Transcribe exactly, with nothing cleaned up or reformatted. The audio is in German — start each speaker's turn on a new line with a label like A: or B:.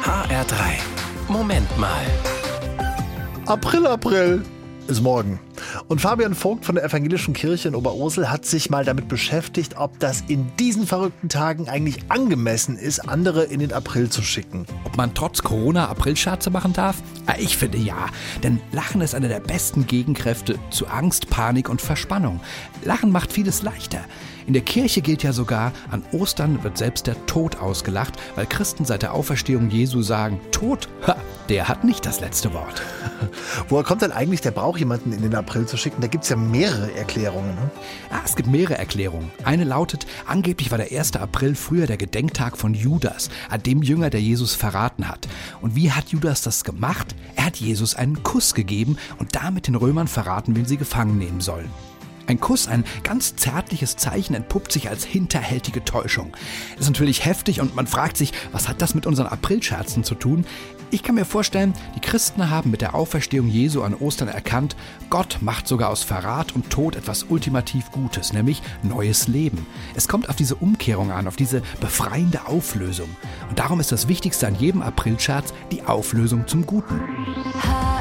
A: H R drei. Moment mal.
B: April, April ist morgen. Und Fabian Vogt von der Evangelischen Kirche in Oberursel hat sich mal damit beschäftigt, ob das in diesen verrückten Tagen eigentlich angemessen ist, andere in den April zu schicken.
C: Ob man trotz Corona Aprilscherze machen darf? Ich finde ja, denn Lachen ist eine der besten Gegenkräfte zu Angst, Panik und Verspannung. Lachen macht vieles leichter. In der Kirche gilt ja sogar, an Ostern wird selbst der Tod ausgelacht, weil Christen seit der Auferstehung Jesu sagen, Tod, ha, der hat nicht das letzte Wort.
B: Woher kommt denn eigentlich der Brauch, jemanden in den April zu schicken? Da gibt es ja mehrere Erklärungen. Ne?
C: Ah, es gibt mehrere Erklärungen. Eine lautet, angeblich war der erste April früher der Gedenktag von Judas, an dem Jünger, der Jesus verraten hat. Und wie hat Judas das gemacht? Er hat Jesus einen Kuss gegeben und damit den Römern verraten, wen sie gefangen nehmen sollen. Ein Kuss, ein ganz zärtliches Zeichen, entpuppt sich als hinterhältige Täuschung. Das ist natürlich heftig und man fragt sich, was hat das mit unseren Aprilscherzen zu tun? Ich kann mir vorstellen, die Christen haben mit der Auferstehung Jesu an Ostern erkannt, Gott macht sogar aus Verrat und Tod etwas ultimativ Gutes, nämlich neues Leben. Es kommt auf diese Umkehrung an, auf diese befreiende Auflösung. Und darum ist das Wichtigste an jedem Aprilscherz die Auflösung zum Guten.